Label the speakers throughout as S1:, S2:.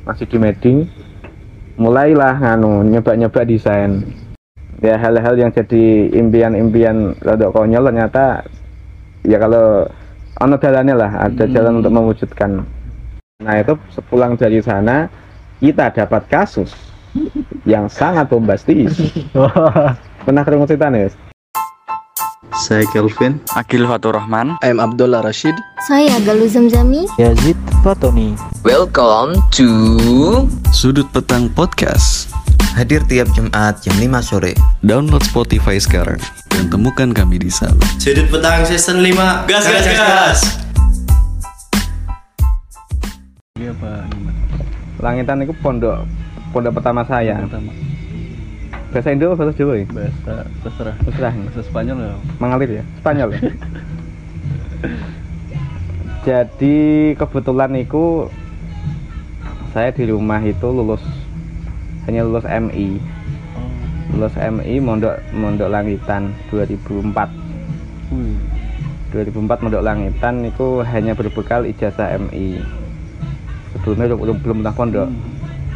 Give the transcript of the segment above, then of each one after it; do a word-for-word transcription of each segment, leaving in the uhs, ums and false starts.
S1: masih di Meding, mulailah nganu nyoba-nyoba desain. Ya hal-hal yang jadi impian-impian rada konyol ternyata ya kalau ono jalannya lah, ada jalan
S2: Hmm.
S1: untuk mewujudkan. Nah itu sepulang dari sana kita dapat kasus yang sangat bombastis. Pernah ketemu cerita nih?
S3: Saya Kelvin,
S4: Agil Fatur Rahman,
S3: I'm Abdullah Rashid.
S5: Saya Galuh Zamzami,
S6: Yazid Fatoni.
S7: Welcome to
S8: Sudut Petang Podcast.
S7: hadir tiap Jumat jam lima sore.
S8: Download Spotify sekarang dan temukan kami di sana.
S3: Sudut Petang season lima. Gas gas gas. gas.
S2: Iya Pak.
S1: Langitan itu pondok pondok pertama saya.
S2: Pertama.
S1: Bahasa Indo atau bahasa Jawa ya?
S2: Bahasa terserah.
S1: Terserah.
S2: Bahasa Spanyol ya.
S1: Mengalir ya? Spanyol ya? Jadi kebetulan itu saya di rumah itu lulus hanya lulus M I.
S2: Oh.
S1: Lulus M I mondok mondok Langitan dua ribu empat.
S2: Wih.
S1: dua ribu empat mondok Langitan itu hanya berbekal ijazah M I. Sebelumnya belum belum pernah pondok.
S2: Hmm.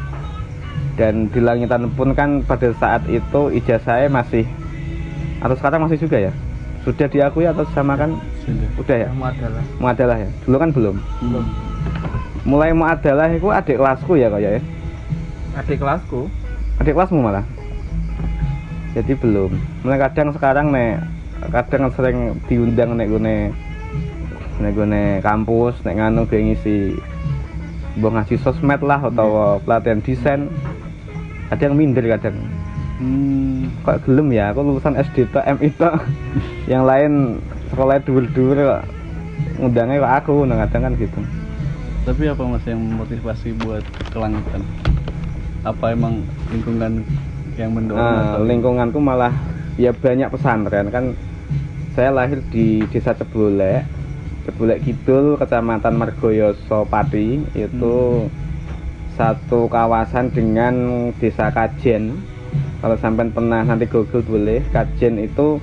S1: Dan di Langitan pun kan pada saat itu ijazahnya masih, atau sekarang masih juga ya? Sudah diakui atau samakan?
S2: Sudah.
S1: Udah ya?
S2: Muadalah.
S1: Muadalah ya? Dulu kan belum.
S2: Belum.
S1: Mulai muadalah itu adik kelasku ya kayak ya?
S2: Adik kelasku.
S1: Adik kelasmu malah? Jadi belum. Mulai kadang sekarang nek, kadang sering diundang nek gune nek gune kampus, nek nganu gue ngisi mbok ngaji sosmed lah atau pelatihan desain. Ada yang minder kadang.
S2: Hmm.
S1: Kok gelem ya, aku lulusan S D tok, M I tok. Yang lain sekolahnya dhuwur-dhuwur kok ngundangnya kok aku, nah kadang kan gitu.
S2: Tapi apa Mas yang memotivasi buat ke Langitan? Apa emang lingkungan yang mendorong?
S1: Nah,
S2: atau
S1: lingkunganku malah ya banyak pesantren kan. Saya lahir di Desa Cebolek, Cebolek Kidul, Kecamatan Margoyoso Pati, itu hmm. satu kawasan dengan Desa Kajen. Kalau sampai pernah nanti Google boleh, Kajen itu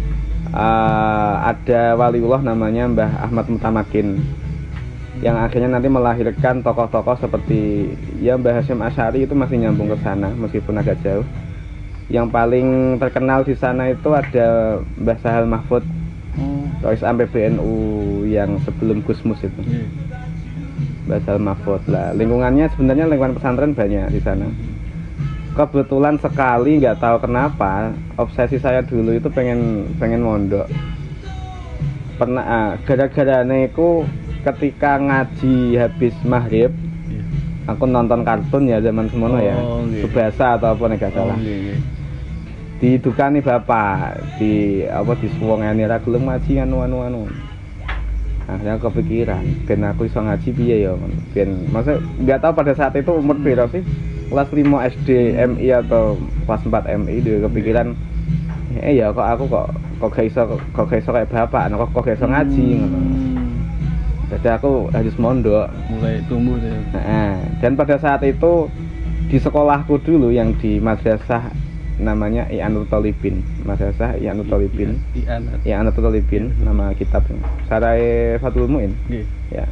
S1: uh, ada waliullah namanya Mbah Ahmad Mutamakin, yang akhirnya nanti melahirkan tokoh-tokoh seperti ya Mbah Hasyim Asy'ari, itu masih nyambung ke sana meskipun agak jauh. Yang paling terkenal di sana itu ada Mbah Sahal Mahfud,
S2: oh.
S1: Rois Am P B N U yang sebelum Gusmus itu.
S2: Yeah.
S1: Mbah Sahal Mahfud lah. Lingkungannya sebenarnya lingkungan pesantren banyak di sana. Kebetulan sekali nggak tahu kenapa obsesi saya dulu itu pengen pengen mondok. Pernah ah, gara-gara neku ketika ngaji habis maghrib, yeah. aku nonton kartun ya zaman semono oh, ya, okay. Subasa atau apa nih gak salah. Oh, okay. Didukani bapak di apa di suwongane ra gelem ngaji anu anu anu. Akhirnya kepikiran, ben aku iso ngaji piye ya, ben maksud nggak tahu pada saat itu umur berapa sih, kelas lima S D M I atau kelas empat M I, dia kepikiran eh ya kok aku kok kok gak iso kok gak iso kayak bapak, kok kok gak iso ngaji ngono. Jadi aku harus mondok,
S2: mulai tumbuh ya.
S1: Nah, dan pada saat itu di sekolahku dulu yang di madrasah namanya I'anatul Thalibin, madrasah I'anatul Thalibin. I'anatul Thalibin nama kitabnya. Sarai Fathul Muin.
S2: Yeah.
S1: Ya.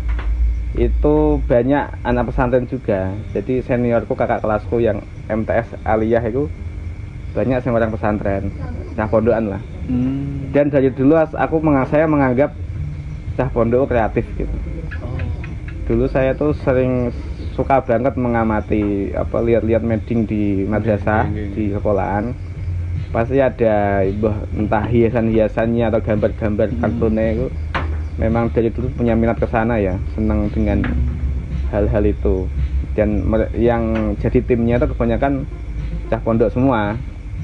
S1: Itu banyak anak pesantren juga. Jadi seniorku, kakak kelasku yang M T S aliyah itu banyak yang orang pesantren, cah pondokan lah.
S2: Hmm.
S1: Dan dari dulu aku saya menganggap cah pondok kreatif gitu.
S2: Oh. Dulu
S1: saya tuh sering suka banget mengamati apa lihat-lihat meding di madrasah, okay, okay, okay. di sekolahan. Pasti ada entah hiasan-hiasannya atau gambar-gambar hmm. kartunnya itu. Memang dari dulu punya minat ke sana ya, senang dengan hal-hal itu. Dan yang jadi timnya itu kebanyakan cah pondok semua.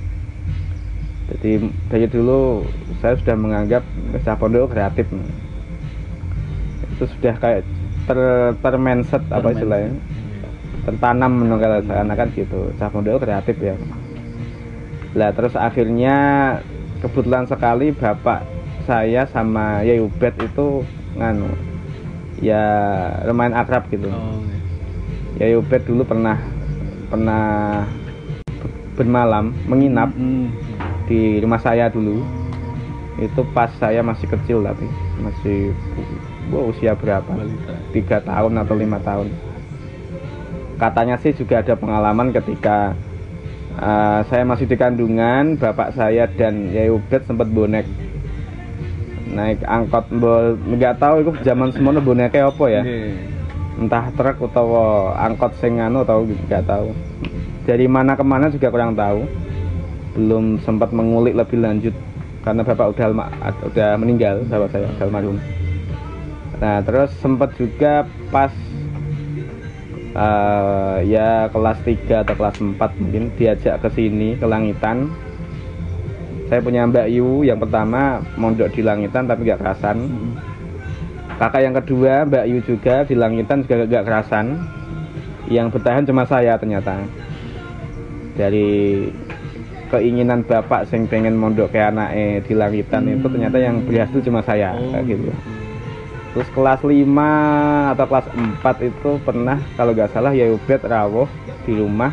S1: Jadi dari dulu saya sudah menganggap cah pondok kreatif. Itu sudah kayak ter termenset apa istilahnya, tertanam kalau seakan-akan gitu, cah pondok kreatif ya. Lah terus akhirnya kebetulan sekali bapak saya sama Yai Ubed itu nganu ya lumayan akrab gitu. Oh, okay. Yai Ubed dulu pernah pernah bermalam menginap mm-hmm. di rumah saya dulu. Itu pas saya masih kecil, tapi masih wow, usia berapa? Balita. tiga tahun atau lima tahun. katanya sih juga ada pengalaman ketika uh, saya masih di kandungan, bapak saya dan Yai Ubed sempat bonek naik angkot, nggak tahu itu zaman semono boneknya apa ya, entah truk atau angkot sing anu atau nggak tahu dari mana kemana juga kurang tahu, belum sempat mengulik lebih lanjut karena bapak udah udah meninggal, bapak saya udah almarhum. Nah terus sempat juga pas uh, ya kelas tiga atau kelas empat mungkin diajak ke sini ke Langitan. Saya punya Mbak Yu yang pertama mondok di Langitan tapi gak kerasan. Kakak yang kedua Mbak Yu juga di Langitan juga gak kerasan. Yang bertahan cuma saya ternyata. Dari keinginan bapak yang pengen mondok kayak anaknya di Langitan hmm. itu ternyata yang berhasil cuma saya oh. kayak gitu. Terus kelas lima atau kelas empat itu pernah kalau gak salah Yai Ubed rawuh di rumah.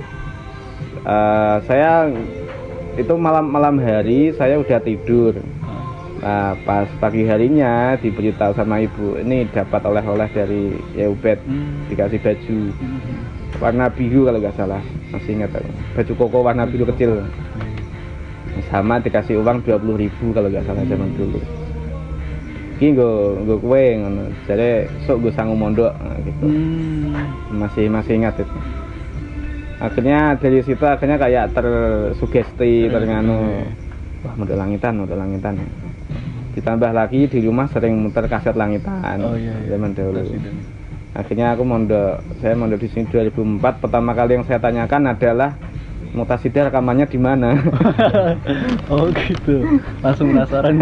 S1: Uh, saya itu malam-malam hari saya udah tidur. Nah, pas pagi harinya diberitahu sama ibu, ini dapat oleh-oleh dari Yai Ubed, hmm. dikasih baju hmm. warna biru kalau nggak salah, masih ingat aku. Baju koko warna biru kecil. Sama dikasih uang dua puluh ribu kalau nggak salah zaman dulu. Iki nggo nggo kowe ngono. Jare sok nggo sangu mondok nah, gitu. Hmm. Masih masih ingat itu. Akhirnya dari situ akhirnya kayak tersugesti ternganu wah mondok Langitan mondok Langitan ditambah lagi di rumah sering muter kaset Langitan oh, iya, iya. zaman dahulu. Akhirnya aku mondok saya mondok di sini dua ribu empat. Pertama kali yang saya tanyakan adalah Mutasida rekamannya di mana.
S2: Oh gitu, langsung penasaran.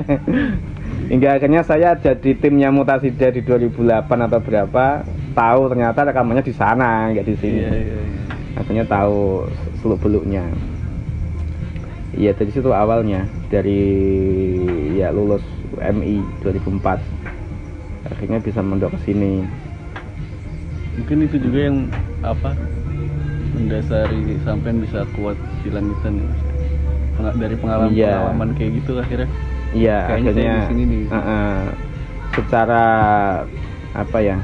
S1: Hingga akhirnya saya jadi timnya Mutasida di dua ribu delapan atau berapa, tahu ternyata rekamannya di sana nggak di sini. Iya, iya, iya. Akhirnya tahu seluk beluknya. Iya dari situ awalnya, dari ya lulus U M I dua ribu empat akhirnya bisa mondok ke sini.
S2: Mungkin itu juga yang apa mendasari sampean bisa kuat di Langitan ya? Dari pengalaman-pengalaman kayak gitu akhirnya.
S1: Iya akhirnya
S2: di sini nih.
S1: Uh, uh, secara apa ya?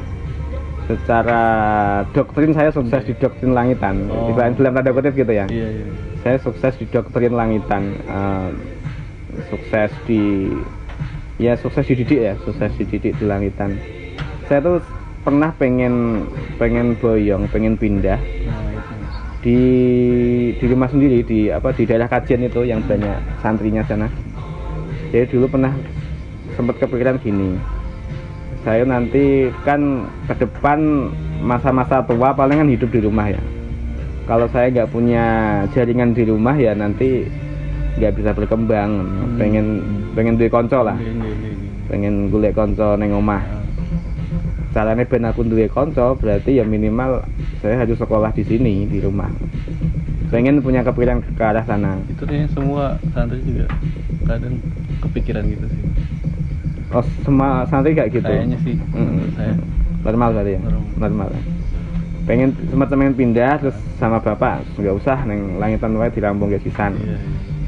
S1: Secara doktrin saya sukses di doktrin Langitan, oh. dalam tanda kutip gitu ya. Iya, iya. Saya sukses di doktrin Langitan, uh, sukses di, ya sukses dididik ya, sukses dididik di Langitan. Saya tuh pernah pengen pengen boyong, pengen pindah nah, di di rumah sendiri di apa di daerah Kajen itu yang banyak santrinya sana. Jadi dulu pernah sempat kepikiran gini. Saya nanti kan ke depan masa-masa tua palingan hidup di rumah ya. Kalau saya nggak punya jaringan di rumah ya nanti nggak bisa berkembang. Hmm. Pengen pengen duwe konco lah. Pengen golek konco neng omah. Caranya ben aku duwe konco berarti ya minimal saya harus sekolah di sini di rumah. Pengen punya kepikiran ke arah sana.
S2: Itu kayaknya semua santri juga kadang kepikiran gitu sih.
S1: Oh, semua santri kayak gitu?
S2: Kayaknya sih,
S1: hmm.
S2: saya
S1: normal berarti ya? Normal, normal. Pengen, sempat pengen pindah, terus sama bapak nggak usah, neng Langitan wae di Lampung Gesisan. Iya,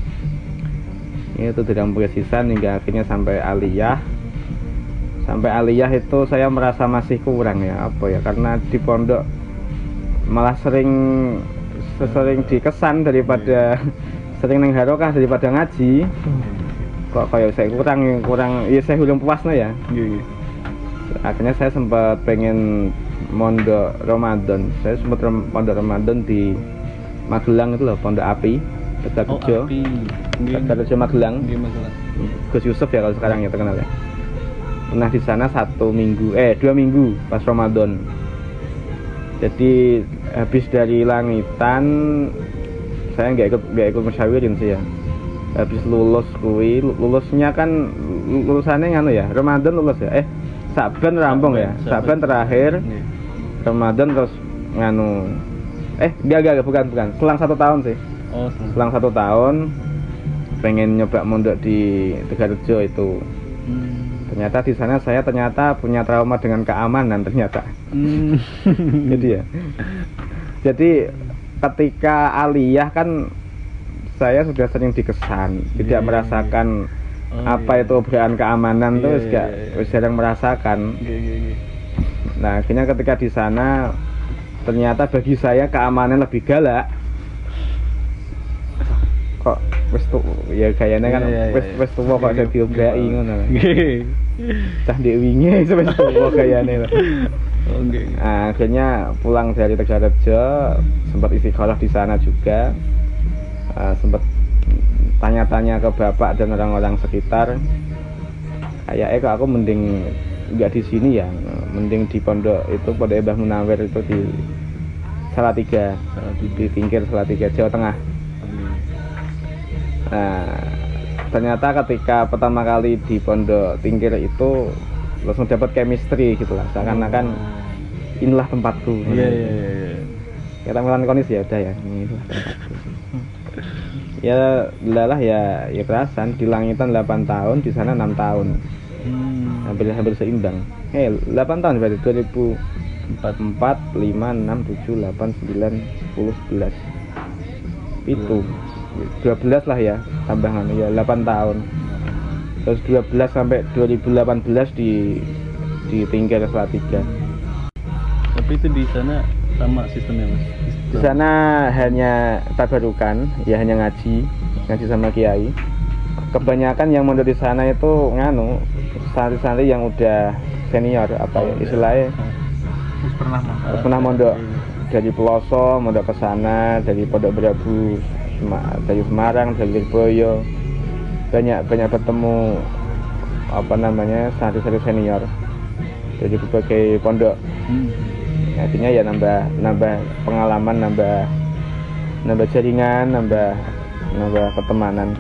S1: iya. Itu di Lampung Gesisan hingga akhirnya sampai aliyah. Sampai aliyah itu saya merasa masih kurang ya, apa ya, karena di pondok malah sering sering dikesan daripada iya. sering neng harokah daripada ngaji. Kok kayak saya kurang kurang ya saya belum puas no ya. Iya. Akhirnya saya sempat pengen mondok Ramadan. Saya sempat mondok Ramadan di Magelang itu loh, Pondok Api, Tegal Rejo. Oh, Api. Tegal Rejo Magelang. Di Magelang. Gus Yusuf ya kalau sekarang ya terkenal ya. Pernah di sana satu minggu, eh dua minggu pas Ramadan. Jadi habis dari Langitan saya nggak ikut nggak ikut musyawirin sih ya. Habis lulus kui lulusnya kan lulusannya nganu ya Ramadan lulus ya eh Saban rampung ya Saban terakhir yeah. Ramadan terus nganu eh enggak enggak bukan bukan selang satu tahun sih oh, selang satu tahun pengen nyoba mondok di Tegalrejo itu hmm. Ternyata di sana saya ternyata punya trauma dengan keamanan ternyata hmm. Jadi ya jadi ketika aliyah kan saya sudah sering dikesan, yeah, tidak merasakan oh, apa yeah. itu obrolan keamanan yeah, tuh yeah, yeah, yeah. jarang merasakan. Yeah, yeah, yeah. Nah akhirnya ketika di sana ternyata bagi saya keamanan lebih galak. Kok wis tu ya gayane kan
S2: Iya, iya,
S1: wis
S2: iya.
S1: wis tuwa kok
S2: Iya,
S1: dadi obraki
S2: iya.
S1: ngono.
S2: Nggih.
S1: Cah ndek wingi wis tuwa gayane.
S2: Oh, nggih.
S1: Nah, akhirnya pulang dari Tegalrejo, sempat istiqoroh di sana juga. Uh, sempat tanya-tanya ke bapak dan orang-orang sekitar. Kayaknya kok aku mending nggak di sini ya, mending di pondok itu, pondok Mbah Munawir itu di Salatiga, di pinggir Salatiga, Jawa Tengah. Nah, ternyata ketika pertama kali di pondok Tingkir itu langsung dapat chemistry gitu lah, seakan-akan inilah tempatku.
S2: Iya iya iya.
S1: Kita melankonis ya udah ya, inilah tempatku. Ya lah ya, ya kerasan di langitan delapan tahun, di sana enam tahun.
S2: Hmm.
S1: Hampir hampir seimbang. Eh, delapan tahun berarti dua ribu empat, lima, enam, tujuh, delapan, sembilan, sepuluh, sebelas. Itu dua belas lah ya tambahan ya, delapan tahun. Terus dua belas sampai dua ribu delapan belas di di Tingkir Salatiga.
S2: Tapi itu di sana sama sistemnya Mas.
S1: Di sana hanya tabarukan, ya hanya ngaji, ngaji sama kiai. Kebanyakan yang mondok di sana itu nganu santri-santri yang udah senior apa ya istilahnya.
S4: Terus pernah mau
S1: Terus pernah mondok dari Pelosok, mondok ke sana, dari Pondok Berabu, Sema- dari Semarang, dari Lirboyo. Banyak banyak bertemu apa namanya santri-santri senior dari berbagai pondok.
S2: Hmm.
S1: Akhirnya ya nambah nambah pengalaman, nambah nambah jaringan, nambah nambah pertemanan.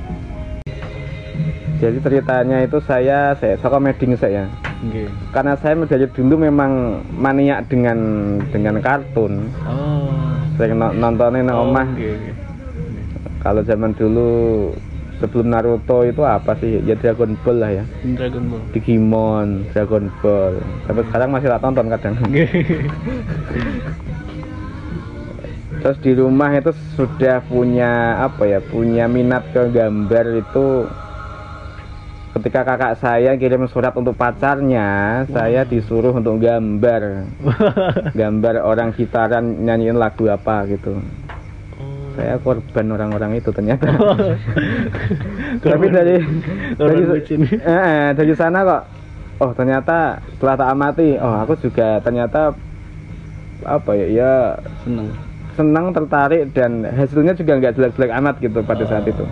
S1: Jadi ceritanya itu saya saya saka Meding saya.
S2: Nggih.
S1: Karena saya dari dulu memang maniak dengan dengan kartun.
S2: Oh.
S1: Sering no- nontonin nang
S2: Oh,
S1: omah.
S2: nggih, nggih.
S1: Kalau zaman dulu sebelum Naruto itu apa sih? Ya Dragon Ball lah ya.
S2: Dragon Ball.
S1: Digimon, Dragon Ball. Sampai sekarang masih tak tonton kadang. Terus di rumah itu sudah punya apa ya? Punya minat ke gambar itu. Ketika kakak saya kirim surat untuk pacarnya, wow. Saya disuruh untuk gambar, gambar orang gitaran nyanyiin lagu apa gitu. Oh. Saya korban orang-orang itu ternyata. Tapi dari dari, eh, dari sana kok, oh ternyata setelah tak amati, oh aku juga ternyata apa ya, ya
S2: seneng,
S1: senang, tertarik, dan hasilnya juga nggak jelek-jelek amat gitu pada saat itu.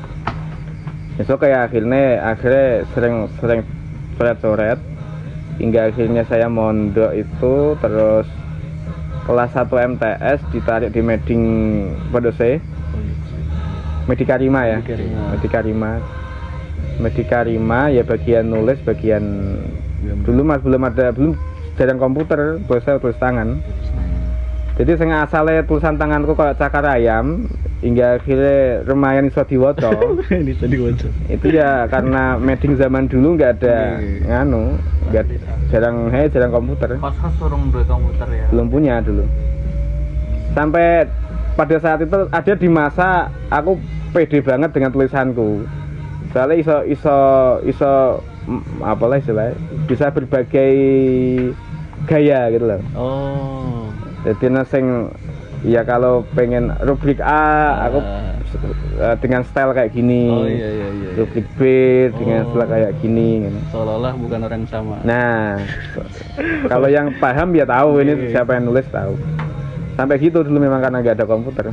S1: Besok kayak akhirnya akhirnya sering-sering coret-coret hingga akhirnya saya mondok itu, terus kelas satu M T S ditarik di Meding Podose, Medikarima ya, Medikarima, Medikarima ya bagian nulis, bagian dulu mas belum ada belum jarang komputer, biasa tulis tangan. Jadi saya asalnya tulisan tanganku kayak cakar ayam hingga akhirnya lumayan iso diwaca.
S2: Bisa diwaca.
S1: Itu ya karena Meding zaman dulu nggak ada nganu, nggak jarang hey, jarang komputer.
S4: Kos-kos turun duwe komputer ya.
S1: Belum punya dulu. Sampai pada saat itu ada di masa aku pede banget dengan tulisanku. Soalnya iso iso iso mm, apalah istilahnya, bisa berbagai gaya gitu loh.
S2: Oh.
S1: Jadi naseng ya kalau pengen rubrik A ah. aku uh, dengan style kayak gini.
S2: Oh iya iya iya.
S1: Rubrik B dengan
S2: oh.
S1: style kayak gini. Gitu.
S2: Seolah-olah bukan orang sama.
S1: Nah, kalau yang paham ya tahu ini siapa yang nulis tahu. Sampai gitu dulu memang karena nggak ada komputer.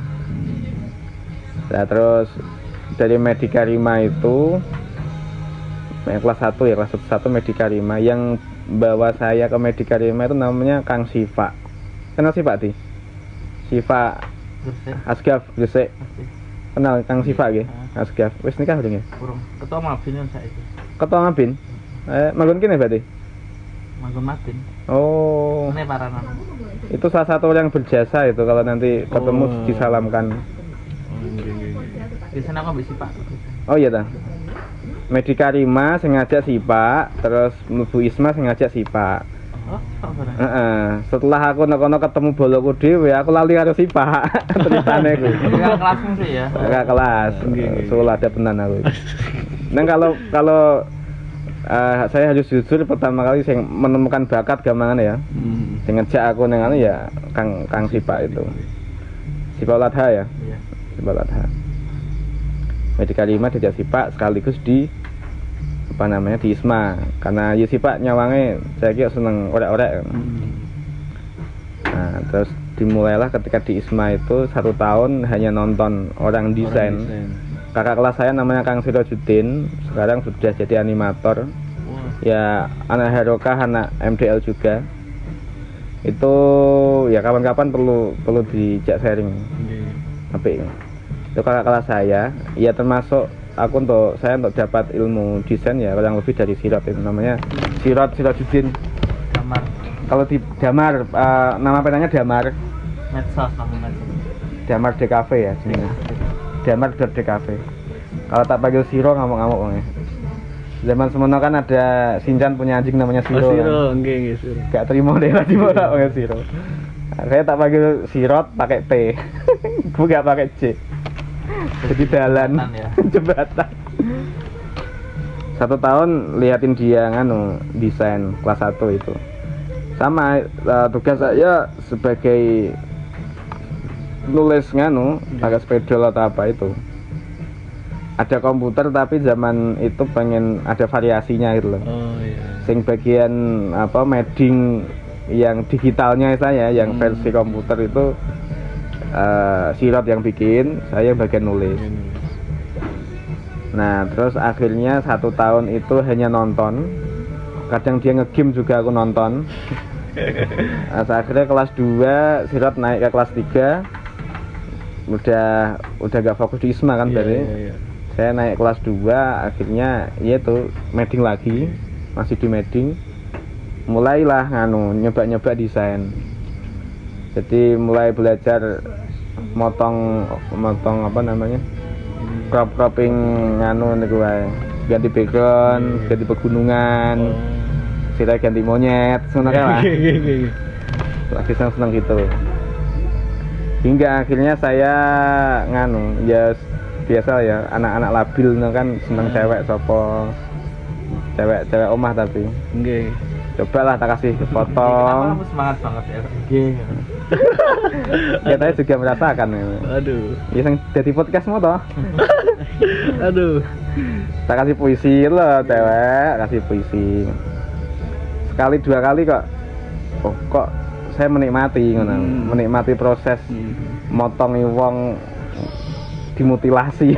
S1: Nah terus dari Medikarima itu, yang kelas satu ya kelas satu Medikarima, yang bawa saya ke Medikarima itu namanya Kang Siva. Kenal Siva Ti? Siva Asgaf Gresik. Kenal Kang Siva nggih? Asgaf. Wis nikah udah nggih?
S4: Kurang. Ketua Mabin kan saiki.
S1: Ketua Mabin? Eh, manggon kene berarti?
S4: Manggon Mabin.
S1: Oh.
S4: Ini Paranan.
S1: Itu salah satu yang berjasa itu, kalau nanti ketemu
S2: oh.
S1: disalamkan.
S4: Biasanya aku ambek Pak.
S1: Oh iya ta. Medikarima sing ngajak si Pak, terus Mlebu Isma sing ngajak si Pak.
S4: Oh,
S1: Heeh. Uh-uh. Setelah aku nekono ketemu boloku dhewe, aku lali karo si Pak. Ceritane ku.
S4: Enggak kelasmu sih ya.
S1: Enggak kelas. Soal ada penan aku. Nah kalau kalau uh, saya harus jujur, pertama kali saya menemukan bakat gamangan ya. Hmm. Sing ngejak aku neng anu ya Kang Kang Sipak itu. Sipak Ladha ya.
S4: Iya.
S1: Sipak Ladha. Medica lima diajak Sipak sekaligus di apa namanya di ISMA karena ya Sipak nyawangnya saya kira seneng orek-orek. Nah, terus dimulailah ketika di ISMA itu satu tahun hanya nonton orang desain.
S2: Orang desain.
S1: Kakak kelas saya namanya Kang Sirojudin, sekarang sudah jadi animator.
S2: Wah.
S1: Ya anak Harokah, anak M D L juga. Itu ya kapan-kapan perlu perlu dijak sharing.
S2: Nggih.
S1: Tapi itu kakak kelas saya, ya termasuk aku untuk saya untuk dapat ilmu desain ya kurang lebih dari Sirot itu namanya Sirot Sirojudin.
S4: Kamar
S1: Kalau di Damar eh, nama penanya Damar.
S4: medsos namanya medsos.
S1: Damar D K V ya jenenge. Damar D K V. Kalau tak panggil Siro ngamuk-ngamuk wong. Zaman semono kan ada Sinchan punya anjing namanya Siro.
S2: Oh,
S1: kan.
S2: Siro, nggih nggih Siro.
S1: Gak terima deh tadi mau tak pakai Siro. Nah, saya tak panggil Sirot pakai T. Gue gak pakai J. Jadi jalan
S4: Jembatan ya.
S1: jembatan. Satu tahun liatin dia nganu desain kelas satu itu. Sama uh, tugas saya sebagai nulis nganu pakai spedol atau apa itu. Ada komputer tapi zaman itu pengen ada variasinya gitu loh.
S2: Oh iya.
S1: Sing bagian apa mading yang digitalnya saya yang
S2: Hmm.
S1: versi komputer itu uh, Sirot yang bikin, saya bagian nulis. Nah terus akhirnya satu tahun itu hanya nonton, kadang dia nge-game juga aku nonton. Nah, akhirnya kelas dua Sirot naik ke kelas tiga, udah udah gak fokus di ISMA kan
S2: Iya,
S1: berarti.
S2: iya, iya.
S1: Saya naik kelas dua, akhirnya ya tuh mading lagi, masih di mading. Mulailah nganu nyoba-nyoba desain. Jadi mulai belajar motong motong apa namanya? crop cropping nganu niku wae. Ganti background, ganti pegunungan.
S2: Oh.
S1: Sira ganti monyet, sebenarnya lah.
S2: Nggih, nggih, nggih.
S1: Lagi seneng gitu. Hingga akhirnya saya nganu ya biasa ya anak-anak labil no kan seneng cewek sopo cewek cewek omah tapi
S2: Nggih.
S1: cobalah tak kasih
S4: Kenapa
S1: potong
S4: kamu semangat banget ya? G.
S1: ya saya juga merasakan ya.
S2: Aduh.
S1: Ya yang jadi podcastmu toh
S2: Aduh.
S1: tak kasih puisi loh cewek kasih puisi sekali dua kali kok oh kok saya menikmati ngono
S2: Hmm.
S1: menikmati proses
S2: Hmm.
S1: motongi wong dimutilasi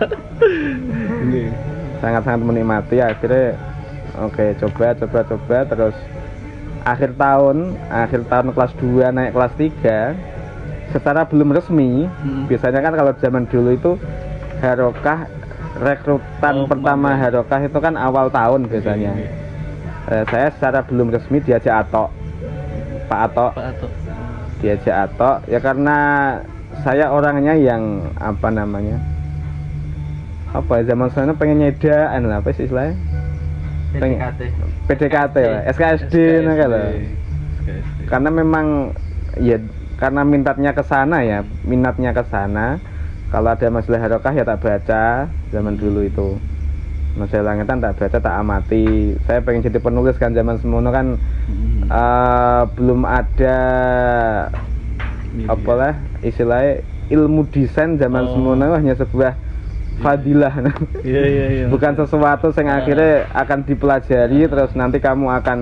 S2: Nggih.
S1: sangat-sangat menikmati akhirnya oke coba coba coba terus akhir tahun akhir tahun kelas dua naik kelas tiga secara belum resmi
S2: Hmm.
S1: biasanya kan kalau zaman dulu itu Harokah rekrutan
S2: Oh,
S1: pertama
S2: pemanggilan.
S1: Harokah itu kan awal tahun biasanya.
S2: Nggih,
S1: Eh, saya secara belum resmi diajak Atok Pak Atok
S2: Pak Atok.
S1: diajak Atok ya karena saya orangnya yang apa namanya apa ya, zaman saya pengen nyedaan lah apa sih istilahnya
S4: P D K T.
S1: P D K T lah S K S D nah kan lah.
S2: S K S D.
S1: Karena memang ya karena minatnya ke sana ya minatnya ke sana kalau ada masalah Harokah ya tak baca zaman dulu itu masalah langitan tak baca tak amati saya pengen jadi penulis kan zaman semono kan
S2: Hmm.
S1: eh, belum ada
S2: Media.
S1: apalah istilahnya ilmu desain zaman
S2: Oh.
S1: semono hanya sebuah fadilah
S2: Iya iya iya.
S1: bukan sesuatu yang
S2: Ah.
S1: akhirnya akan dipelajari terus nanti kamu akan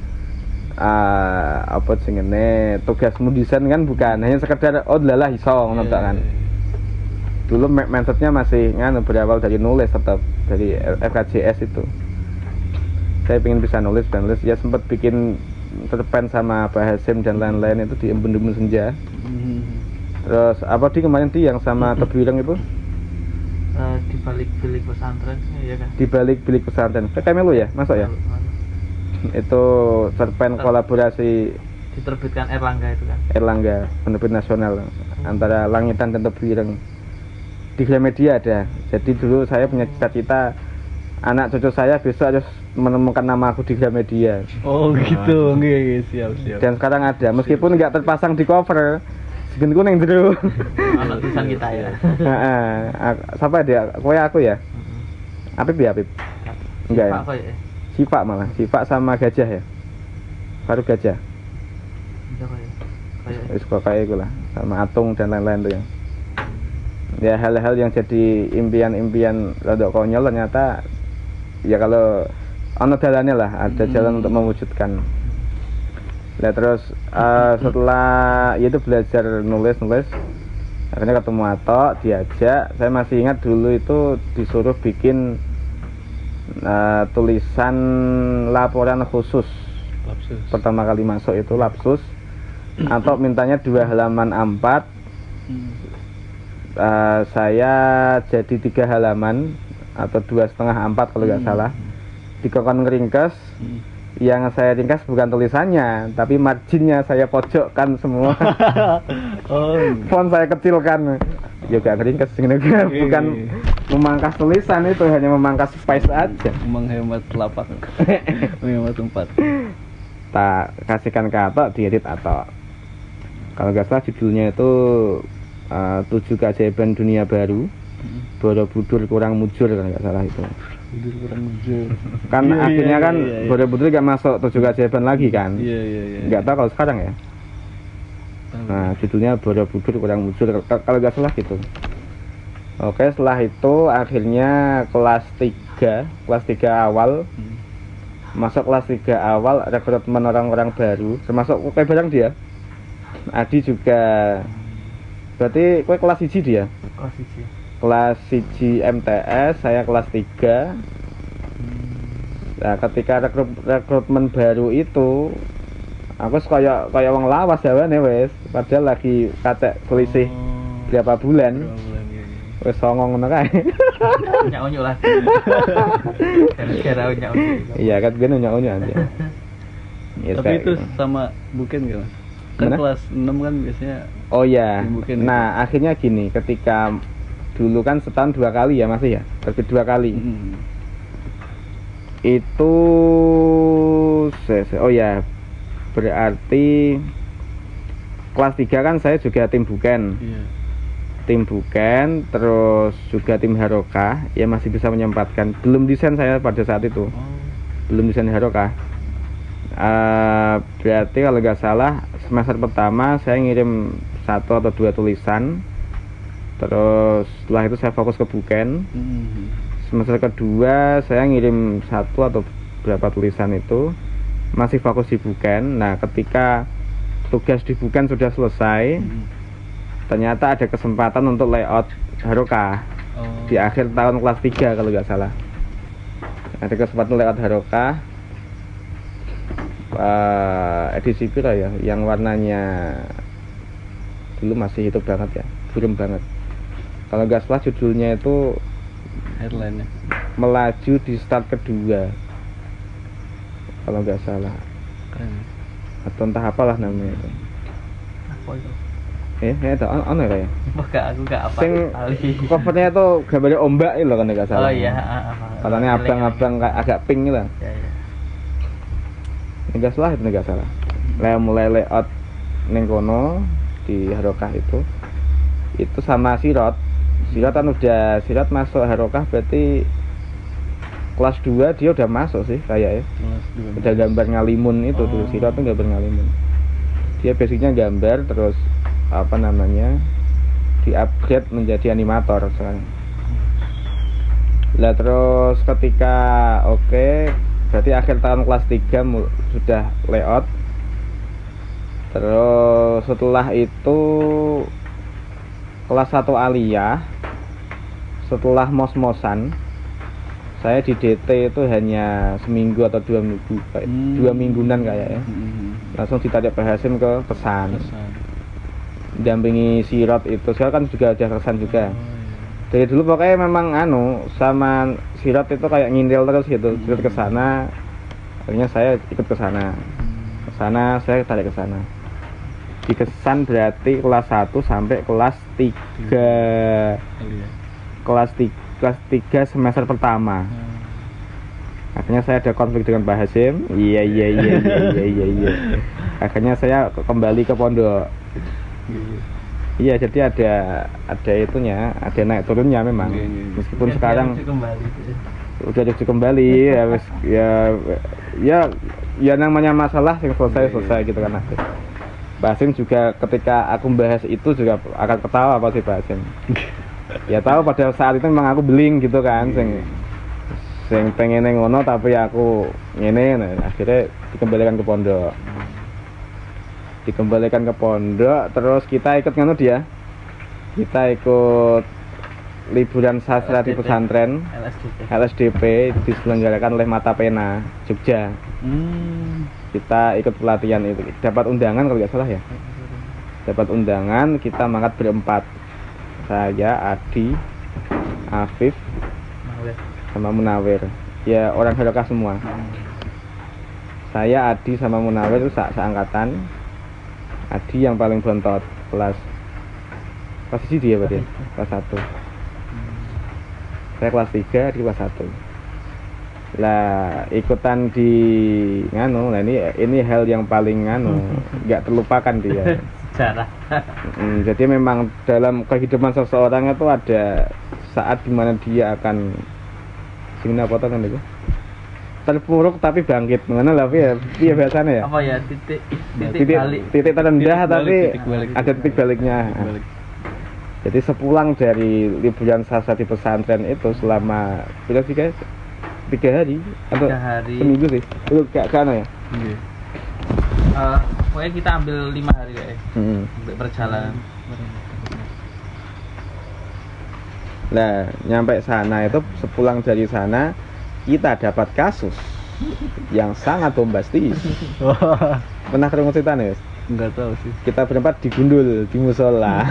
S1: uh, apa jenenge tugasmu desain kan bukan hanya sekedar oh lalah iso ngono
S2: Iya,
S1: tok kan
S2: iya.
S1: dulu ma- mindsetnya masih nganu berawal dari nulis tetap dari F K J S itu saya pengen bisa nulis dan nulis ya sempat bikin cerpen sama Pak Hasim dan lain-lain itu di Embun-Embun Senja.
S2: Hmm.
S1: Terus apa di kemarin di yang sama Tebuireng itu
S4: Eh, di balik bilik pesantren ya kan.
S1: di balik bilik pesantren kayak Melu ya masuk ya itu cerpen kolaborasi
S4: Diterbitkan Erlangga itu kan.
S1: Erlangga penerbit nasional antara Langitan dan Tebuireng di Gramedia ada. Jadi dulu saya punya cita-cita anak cucu saya besok harus menemukan nama aku di Gramedia
S2: Oh gitu, nggih nggih siap siap.
S1: dan sekarang ada meskipun nggak terpasang di cover segen kuning dulu.
S4: Anak tulisan kita ya.
S1: Heeh, ak- siapa dia? Kowe aku ya? Apip ya Apip? Enggak ya?
S4: Pak kok ya.
S1: Sifak malah, Sifak sama Gajah ya? Baru Gajah.
S4: Iya kayak kayak
S1: wis kok kayak iku lah, sama atung dan lain-lain tuh ya. Ya hal-hal yang jadi impian-impian rada konyol ternyata ya kalau ono jalannya lah, ada jalan untuk mewujudkan. Nah terus uh, setelah ya itu belajar nulis-nulis, akhirnya ketemu Ato, diajak. Saya masih ingat dulu itu disuruh bikin uh, tulisan laporan khusus.
S2: Lapsus.
S1: Pertama kali masuk itu lapsus. Atau mintanya dua halaman A empat. Uh, saya jadi tiga halaman atau dua setengah A empat kalau nggak salah. Dikokon ngeringkes. Yang saya ringkas bukan tulisannya, tapi marginnya saya pojokkan semua.
S2: Oh.
S1: Font saya kecilkan. Juga ngeringkes gini kan, bukan memangkas tulisan, itu hanya memangkas space aja.
S2: Menghemat lapak. Menghemat tempat.
S1: Tak kasihkan ke Ato, diedit Ato. Kalau nggak salah judulnya itu uh, tujuh keajaiban dunia baru. Borobudur kurang mujur kalau nggak salah itu.
S2: Tidur kurang mujur.
S1: Kan
S2: Iya,
S1: akhirnya
S2: iya,
S1: kan
S2: iya, iya.
S1: Borobudur nggak masuk tujuh keajaiban lagi kan?
S2: Iya iya iya.
S1: Nggak tahu kalau sekarang ya.
S2: Tahu.
S1: Nah judulnya Borobudur kurang mujur K- kalau nggak salah gitu. Oke, setelah itu akhirnya kelas tiga, kelas tiga awal.
S2: Hmm.
S1: Masuk kelas tiga awal rekrutmen orang-orang baru, termasuk kayak barang dia. Adi juga. Berarti kue kelas siji dia.
S4: kelas siji.
S1: Kelas siji M T S, saya kelas tiga. Nah, ketika rekrut, rekrutmen baru itu aku kayak kayak wong lawas ya wes, padahal lagi kacek selisih
S2: Oh,
S1: berapa bulan.
S2: berapa bulan ya, ya.
S1: Wes songong ngono kae.
S4: Unyak-unyuk lah. Gara-gara unyak-unyuk.
S1: Iya kan gue nunjuk-nunjuk aja. Ya,
S2: Tapi
S1: kayak
S2: itu
S1: gitu.
S2: sama bukan gak mas? Kan
S1: Mana?
S2: kelas enam kan biasanya.
S1: Oh ya.
S2: Bukan
S1: Nah, akhirnya gini, ketika dulu kan setahun dua kali ya masih ya, terbit dua kali.
S2: Hmm.
S1: Itu se- se- oh ya, berarti kelas tiga kan saya juga tim buken.
S2: Iya.
S1: Tim buken, terus juga tim Haroka, ya masih bisa menyempatkan. Belum desain saya pada saat itu.
S2: Oh.
S1: Belum desain Haroka. Uh, berarti kalau nggak salah semester pertama saya ngirim satu atau dua tulisan, terus setelah itu saya fokus ke buken.
S2: Hmm.
S1: Semester kedua saya ngirim satu atau berapa tulisan itu, masih fokus di buken. Nah ketika tugas di buken sudah selesai,
S2: Hmm.
S1: ternyata ada kesempatan untuk layout Haroka
S2: Oh.
S1: di akhir tahun kelas tiga kalau nggak salah. Ada kesempatan layout Haroka uh, edisi pira ya, yang warnanya dulu masih itu banget ya, buram banget. Kalau nggak salah judulnya itu
S2: Headline-nya.
S1: melaju di start kedua kalau nggak salah,
S2: Keren.
S1: atau entah apalah namanya itu.
S4: Apa itu?
S1: Eh, ya itu ono ya kayak.
S4: Enggak, aku enggak apa
S1: Sing
S4: kali.
S1: covernya itu gambarnya ombak itu loh kan nggak salah.
S4: Oh iya, heeh.
S1: Warnanya abang-abang kayak agak pink gitu.
S4: Ya ya.
S1: Nggak salah itu nggak salah. Lah mulai layout ning kono di Harokah itu, itu sama Sirot. Sirot kan udah Sirot masuk Harokah berarti kelas dua dia udah masuk sih kayak ya.
S2: Kelas dua.
S1: Udah gambar ngalimun itu tuh,
S2: Oh.
S1: Sirot tuh gambar ngalimun. Dia basicnya gambar terus apa namanya di-upgrade menjadi animator sekarang. Lah terus ketika oke, okay, berarti akhir tahun kelas tiga mul- sudah layout. Terus setelah itu kelas satu aliyah, setelah mos-mosan saya di D T itu hanya seminggu atau dua minggu kayak
S2: Hmm.
S1: dua mingguan kayak ya,
S2: Hmm.
S1: langsung ditarik Pak Hasim ke Kesan,
S2: Kesan.
S1: dampingi Sirot itu. Saya kan juga ada Kesan juga.
S2: Oh, iya.
S1: Dari dulu pokoknya memang anu sama Sirot itu kayak ngindel terus gitu. Sirot ke sana, akhirnya saya ikut ke sana. Ke sana saya tarik ke sana. Di Kesan berarti kelas satu sampai kelas tiga.
S2: Kali ya.
S1: Kelas tiga, kelas tiga semester pertama. Akhirnya saya ada konflik dengan Pak Hasim. Iya iya iya iya iya iya. iya. Akhirnya saya ke- kembali ke pondok.
S2: Iya.
S1: Iya, jadi ada ada itunya, ada naik turunnya memang.
S2: Iya, iya, iya.
S1: Meskipun
S4: Ya,
S1: sekarang
S4: dia kembali.
S1: udah rujuk kembali ya wes, ya ya ya namanya masalah yang selesai selesai gitu kan. Akhir. Basim juga ketika aku bahas itu juga akan ketawa pasti Basim. Ya tahu pada saat itu memang aku beling gitu kan, sing sing pengen ngono tapi aku ngene, nah, akhirnya dikembalikan ke pondok. Dikembalikan ke pondok, terus kita ikut ngono dia. Kita ikut liburan sastra di pesantren
S4: L S D P.
S1: L S D P diselenggarakan oleh Mata Pena Jogja.
S2: Hmm.
S1: Kita ikut pelatihan itu, dapat undangan kalau nggak salah ya. Dapat undangan, kita mangkat berempat. Saya, Adi, Afif,
S4: Mawar.
S1: sama Munawir. Ya orang Barokah semua. Saya, Adi, sama Munawir itu se seangkatan. Adi yang paling bontot, kelas posisi dia berarti ya? Kelas satu. Saya kelas tiga, Adi kelas satu. Lah ikutan di nganu, nah ini ini hal yang paling nganu, nggak terlupakan dia.
S4: Sejarah.
S1: Hmm, jadi memang dalam kehidupan seseorang itu ada saat dimana dia akan gimana apa kan itu terpuruk tapi bangkit, mana lah ya, dia biasanya ya.
S4: Apa ya titik titik,
S1: Titik
S4: balik.
S1: titik terendah
S2: Titik balik,
S1: tapi
S2: titik balik.
S1: ada titik baliknya.
S2: Titik balik.
S1: Jadi sepulang dari liburan sastra di pesantren itu selama berapa sih guys? Tiga hari atau
S4: Tiga hari.
S1: seminggu sih? Itu kayak kana ya?
S2: Iya.
S4: Eh, pokoknya kita ambil lima hari kayak
S1: Hmm.
S4: untuk perjalanan.
S1: Nah, nyampe sana itu sepulang dari sana kita dapat kasus yang sangat bombastis. Pernah ketemu cerita nih?
S2: Enggak tahu sih.
S1: Kita berempat digundul di musola.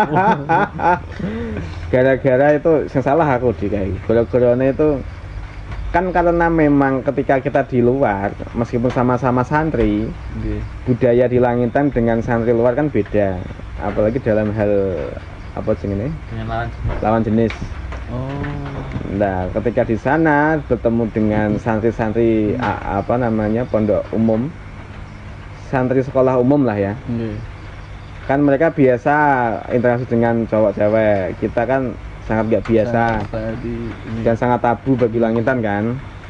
S1: Gara-gara itu yang salah aku di kayak gara-garanya itu kan karena memang ketika kita di luar meskipun sama-sama santri,
S2: Iya.
S1: budaya di Langitan dengan santri luar kan beda, apalagi dalam hal apa sih ini
S4: Dengan lawan jenis.
S1: lawan jenis.
S2: Oh.
S1: Nah ketika di sana bertemu dengan santri-santri a- apa namanya pondok umum, santri sekolah umum lah ya,
S2: Iya.
S1: kan mereka biasa interaksi dengan cowok cewek, kita kan sangat gak biasa
S2: Saya di ini.
S1: dan sangat tabu bagi Langitan kan.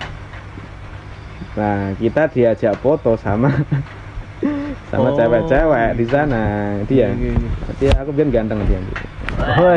S1: Nah kita diajak foto sama sama
S2: Oh.
S1: cewek-cewek di sana dia.
S2: Iya, iya.
S1: Dia aku biar ganteng dia.
S2: Oh,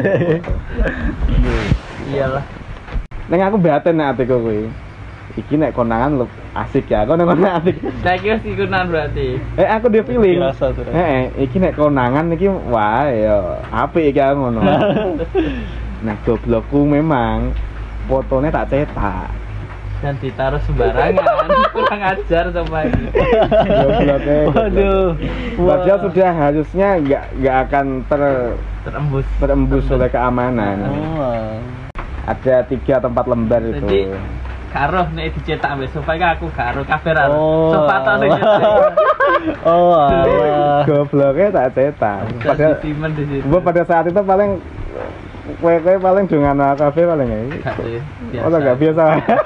S4: Iyalah.
S1: Neng aku batin nek atiku kuwi. Iki nek konangan lu asik ya, kono konangan asik.
S4: Saya kira sikunan berarti.
S1: Eh aku dia feeling.
S2: Dirasa tuh.
S1: Eh, eh, iki nek konangan iki wah ya apik iki aku ngono. Nah, goblokku memang fotonya tak cetak.
S4: Dan ditaruh sembarangan. Kurang ajar sama ini.
S1: Gobloknya.
S2: Waduh.
S1: Padahal sudah harusnya nggak nggak akan ter
S4: Terembus.
S1: terembus oleh keamanan.
S2: Oh.
S1: Ada tiga tempat lembar itu.
S4: Jadi karo nek dicetak ambek sofa iki aku karo kabeh ra.
S2: Oh.
S4: Sofa tok sing cetak.
S2: Oh, alah.
S1: Gobloknya tak cetak. Padahal
S4: Simen di situ.
S1: gua pada saat itu paling kue-kue paling dengan kafe paling ya.
S4: Gak sih,
S1: Oh, nggak biasa.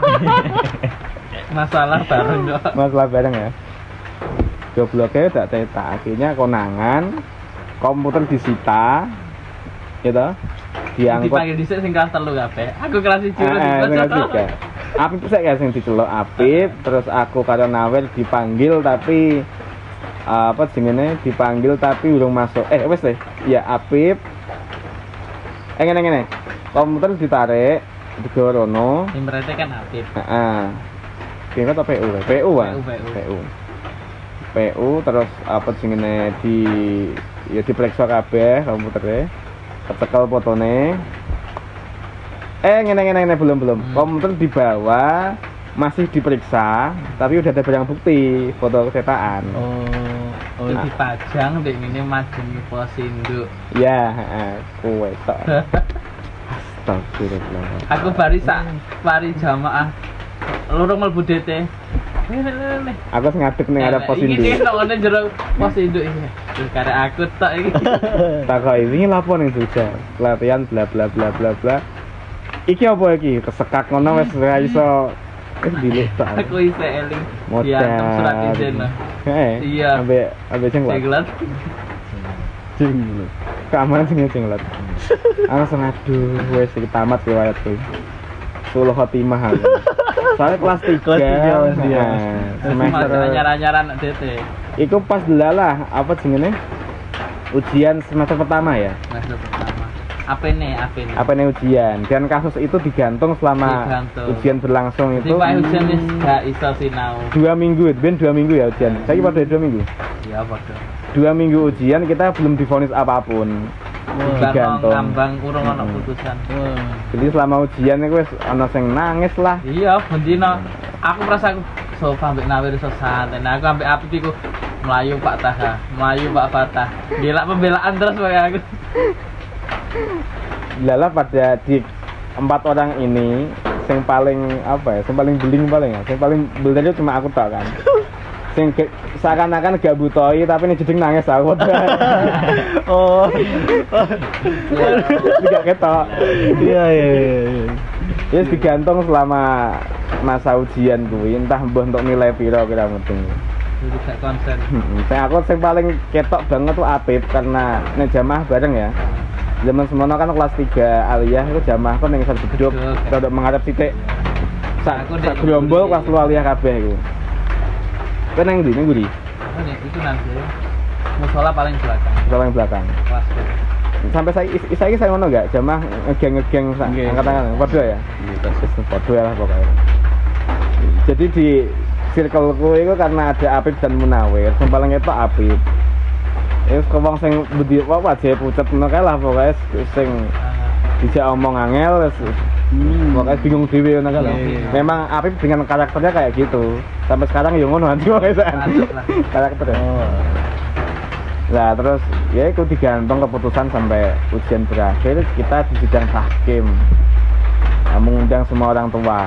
S4: Masalah bareng kok.
S1: Masalah bareng ya. Gobloknya tak cetak. Akhirnya konangan, komputer disita, gitu. Diangkut.
S4: Dipanggil dhisik sing kelas telu kabeh. Aku kelas siji
S1: Eh, eh,
S4: terus
S1: dengan tiga. Apip sih guys yang diceluk Apip, terus aku karo Nawel dipanggil tapi apa jenenge dipanggil tapi urung masuk. Eh wes deh. Ya Apip. Eh ngene ngene. Komputer ditarik digawa rono.
S4: Sing berarti kan aktif.
S1: Heeh. Kira apa P U? P U ah.
S4: P U, P U.
S1: P U. P U terus apa jenenge di ya diperiksa kabeh komputere. Kecekel fotone. Eh ngene ngene ngene belum belum.
S4: Hmm.
S1: Komputer dibawa masih diperiksa tapi udah ada barang bukti foto cetakan.
S2: Oh. Oh.
S4: Itu dipajang ndek ngene madeni Posindo.
S1: Ya, heeh, kowe tok. Astagfirullah.
S4: Aku bari sak bari jamaah loro mlebu D T. Lele.
S1: Aku sing ngadeg ning arep pos
S4: Iki
S1: induk.
S4: iki nang jero Posindo iki. Terus karek aku tok iki.
S1: Takoki wingi lapo ning Jogja. Pelatihan bla bla bla bla bla. Iki apa iki? Kesekak ngono wis ora iso wis dilek tok.
S4: Aku isih eling.
S1: Modal.
S4: Diantem surat izin.
S1: Heeh.
S4: Iya.
S1: Ambek ambek sing lah.
S4: Singlet.
S1: Jing. Keamanan sing cinglet. Aku langsung aduh wis iki tamat riwayatku. Suluh khotimah aku. Soalnya kelas tiga.
S2: Kelas tiga, Mas, dia.
S1: Semester
S4: Anyar-anyaran D T.
S1: iku pas delalah apa jenenge? Ujian semester pertama ya.
S4: Semester pertama. Apa nih? Apa nih?
S1: Apa nih ujian? Dan kasus itu digantung selama
S4: Digantung.
S1: ujian berlangsung
S4: Jadi
S1: itu
S4: Pak ujian wis gak iso sinau.
S1: dua minggu, ben dua minggu ya ujian. Saya pada dua minggu.
S4: Ya padha.
S1: Dua minggu ujian kita belum divonis apapun. Digantung.
S4: Ngambang urung ana putusan.
S1: Jadi selama ujian itu wis ana sing nangis lah.
S4: Iya, bendina. Aku merasa aku sofa ambek nawir iso santai. Nah, aku ambek Apip iku melayu Pak Taha, melayu Pak Fatah. Gila pembelaan terus wae aku.
S1: Lala pada di empat orang ini yang paling apa ya, yang paling beling paling ya, yang paling beling cuma aku tak kan. Sing ge- seakan-akan gak butoi tapi ini jeding nangis aku.
S2: Oh.
S1: Tidak ketok.
S2: Iya iya iya.
S1: Ya digantung selama masa ujian kuwi, entah mbah untuk nilai piro kira penting.
S4: Jadi gak konsen.
S1: Sing aku sing paling ketok banget tuh Apip karena nek jamaah bareng ya. Zaman semono kan kelas tiga aliyah itu jamaah kan ning satu gedung, rodok menghadap titik. Sak
S4: Aku
S1: sak
S4: dek
S1: gerombol
S4: nguri.
S1: kelas lu aliyah kabeh iku. Kowe nang ndi? Ning ndi?
S4: Apa nih? Itu nanti. Musola paling belakang.
S1: Paling belakang.
S4: Kelas dua.
S1: Sampai saya saya saya ngono enggak? Jamaah ngegeng-ngegeng sak
S2: Nggih.
S1: angkat tangan. Padha ya? Wis padha ya lah pokoknya. Jadi di circleku itu karena ada Apip dan Munawir, yang paling itu Apip. Wis wong sing budi apa wajahe pucet ngono kae lah pokoke sing dijak omong angel wis pokoknya bingung dhewe ngono kae lho.
S2: Iya, iya.
S1: Memang Apip dengan karakternya kayak gitu. Sampai sekarang ya ngono nanti pokoke
S4: Lanjut lah.
S1: karakternya.
S2: Oh.
S1: Nah terus ya itu digantung keputusan sampai ujian berakhir, kita di sidang tahkim. Nah, mengundang semua orang tua.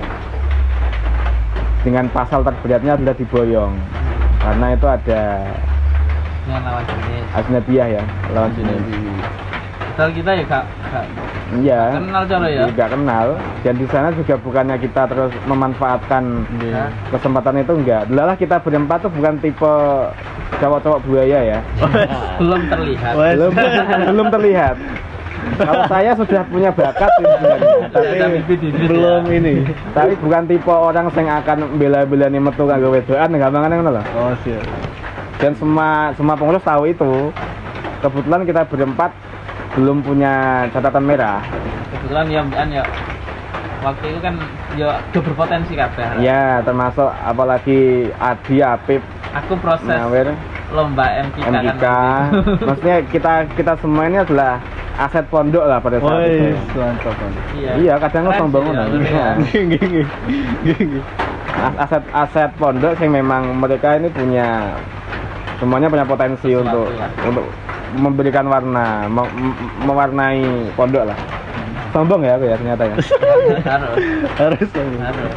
S1: Dengan pasal terberatnya adalah diboyong. Karena itu ada
S4: Dengan lawan jenis.
S1: ajnabiyah ya, lawan jenis.
S4: Padahal kita ya gak gak
S1: Iya.
S4: kenal cara ya.
S1: Tidak kenal. Dan di sana juga bukannya kita terus memanfaatkan
S2: Iya.
S1: kesempatan itu enggak. Delalah kita berempat tuh bukan tipe cowok-cowok buaya ya.
S4: Belum terlihat.
S2: Wes.
S1: Belum belum terlihat. Kalau saya sudah punya bakat sih sebenarnya,
S4: Ada
S1: tapi
S4: bibit-bibit
S2: Belum
S4: ya.
S2: ini.
S1: tapi bukan tipe orang yang akan bela-belani metu kanggo wedokan gampangan ngono lho.
S2: Oh siap.
S1: Dan semua semua pengurus tahu itu. Kebetulan kita berempat belum punya catatan merah.
S4: Kebetulan ya Mbak ya waktu itu kan ya udah berpotensi kabeh.
S1: Ya, termasuk apalagi Adi, Apip,
S4: Aku proses
S1: Nawir,
S4: lomba M K K
S1: M K K.
S4: kan.
S1: Maksudnya kita kita semua ini adalah aset pondok lah pada saat itu.
S2: Wes, mantap mantap.
S4: Iya.
S1: Iya, kadang
S4: Keren
S1: sombong
S4: sih,
S1: ngono.
S4: ya,
S1: Iya.
S2: Nggih nggih nggih. Nggih nggih.
S1: As- aset aset pondok yang memang mereka ini punya semuanya punya potensi
S4: Sesuatu
S1: untuk
S4: lah.
S1: untuk memberikan warna me- me- mewarnai pondok lah. Sombong ya aku ya ternyata ya.
S4: Harus.
S2: Harus.
S4: Harus.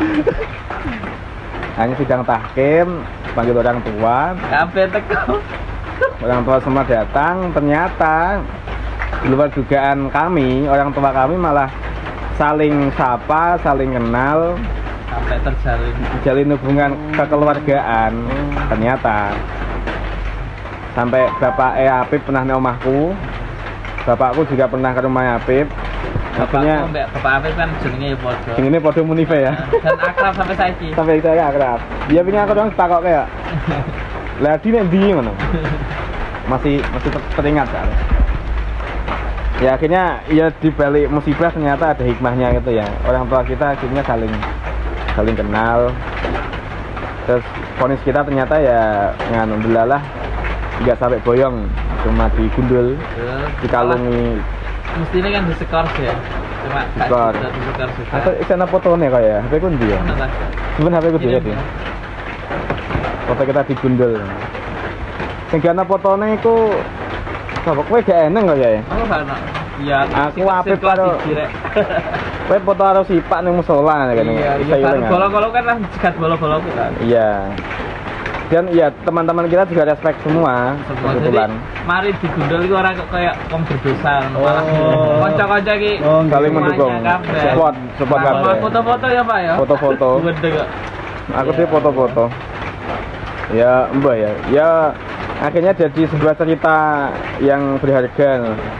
S1: Hanya sidang tahkim, panggil orang tua,
S4: Kabeh teko.
S1: orang tua semua datang, ternyata di luar dugaan kami, orang tua kami malah saling sapa, saling kenal,
S4: Sampai terjalin.
S1: jalin hubungan kekeluargaan. Ternyata sampai bapak E Apip pernah ke rumahku, bapakku juga pernah ke rumah Apip. Akhirnya
S4: Bapakku mbak Bapak Afif kan jenenge podo.
S1: ini podo munife ya.
S4: Dan akrab sampai saiki.
S1: Sampai saya akrab. Dia punya aku dong takok kayak. Lah di nek ndi ngono. Masih masih ter- teringat kan. Ya akhirnya ya di balik musibah ternyata ada hikmahnya gitu ya. Orang tua kita akhirnya saling saling kenal. Terus vonis kita ternyata ya nganu delalah nggak sampai boyong, cuma digundul, dikalungi.
S4: Mestinya kan di skor ya. Cuma gak
S1: Skor.
S4: bisa di skor juga.
S1: Atau isana fotone kok ya. H P ku ndi ya?
S4: Mana tak?
S1: Cuman H P ku
S4: Kirim
S1: dhewe.
S4: ya.
S1: Foto kita digundul. Sing ana fotone iku sapa kowe gak eneng kok ya.
S4: Aku gak ono. Iya,
S1: Aku
S4: sifat
S1: Apip
S4: sirkulasi
S1: karo-
S4: direk.
S1: Kowe foto karo Sipak ning musola kan.
S4: Iya,
S1: Bisa
S4: iya.
S1: ilang.
S4: Bolo-bolo kan lah jegat bolo-bolo kita.
S1: Iya. Dan iya teman-teman kita juga respect semua
S4: Semua jadi
S1: kebetulan.
S4: mari digundul itu orang kok kayak wong berdosa malah
S2: Oh.
S4: kanca-kanca iki
S2: Oh,
S1: Saling
S4: semuanya
S1: mendukung.
S4: kabeh.
S1: Support, support
S4: Sama
S1: kabeh.
S4: foto-foto ya Pak ya.
S1: Foto-foto.
S4: Gede kok.
S1: Aku
S4: Iya.
S1: sih foto-foto. Ya, mbak ya. Ya akhirnya jadi sebuah cerita yang berharga.